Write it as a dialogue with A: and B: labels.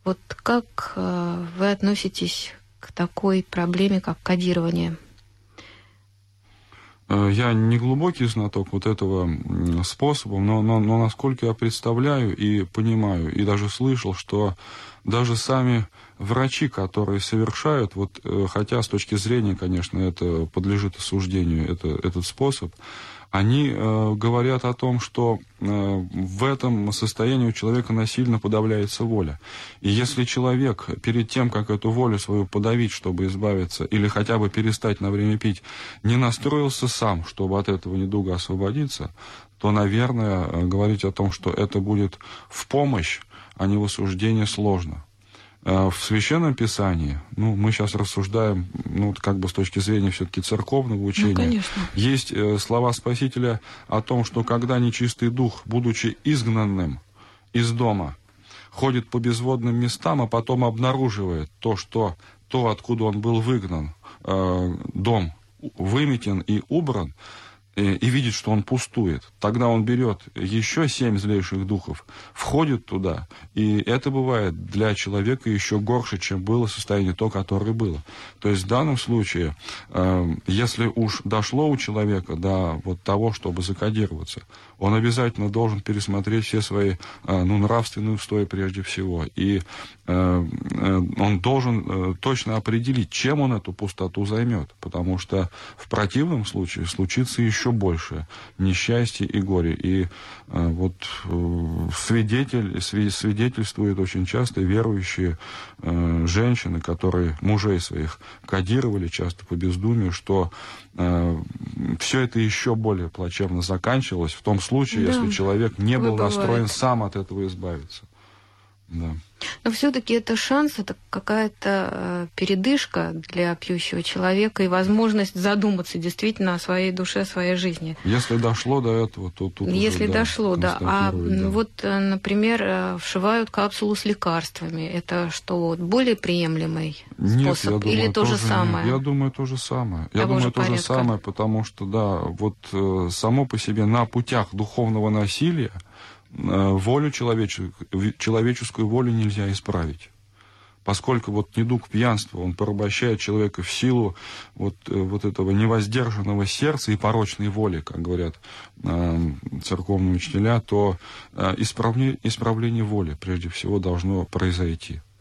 A: Вот как вы относитесь к такой проблеме, как кодирование?
B: Я не глубокий знаток вот этого способа, но насколько я представляю и понимаю, и даже слышал, что даже сами врачи, которые совершают, вот, хотя с точки зрения, конечно, это подлежит осуждению, этот способ, они говорят о том, что в этом состоянии у человека насильно подавляется воля. И если человек перед тем, как эту волю свою подавить, чтобы избавиться, или хотя бы перестать на время пить, не настроился сам, чтобы от этого недуга освободиться, то, наверное, говорить о том, что это будет в помощь, а не в осуждение, сложно. В Священном Писании, мы сейчас рассуждаем, как бы с точки зрения все-таки церковного учения,
A: конечно.
B: Есть слова Спасителя о том, что когда нечистый дух, будучи изгнанным из дома, ходит по безводным местам, а потом обнаруживает то, откуда он был выгнан, дом выметен и убран, и видит, что он пустует. Тогда он берет еще 7 злейших духов, входит туда, и это бывает для человека еще горше, чем было состояние то, которое было. То есть в данном случае, если уж дошло у человека до вот того, чтобы закодироваться, он обязательно должен пересмотреть все свои нравственные устои прежде всего. И он должен точно определить, чем он эту пустоту займет. Потому что в противном случае случится еще больше несчастья и горя. И свидетельствуют очень часто верующие женщины, которые мужей своих кодировали часто по бездумию, что все это еще более плачевно заканчивалось в том случае, если человек не был настроен сам от этого избавиться. Да.
A: Но все-таки это шанс, это какая-то передышка для пьющего человека и возможность задуматься действительно о своей душе, о своей жизни.
B: Если дошло до этого, то тут
A: Если
B: уже,
A: дошло, да. Вот, например, вшивают капсулу с лекарствами. Это что, более приемлемый способ?
B: Нет,
A: или то же самое?
B: Я думаю, то же самое. Потому что, само по себе на путях духовного насилия волю человеческую волю нельзя исправить. Поскольку недуг пьянства, он порабощает человека в силу этого невоздержанного сердца и порочной воли, как говорят церковные учителя, то исправление воли, прежде всего, должно произойти.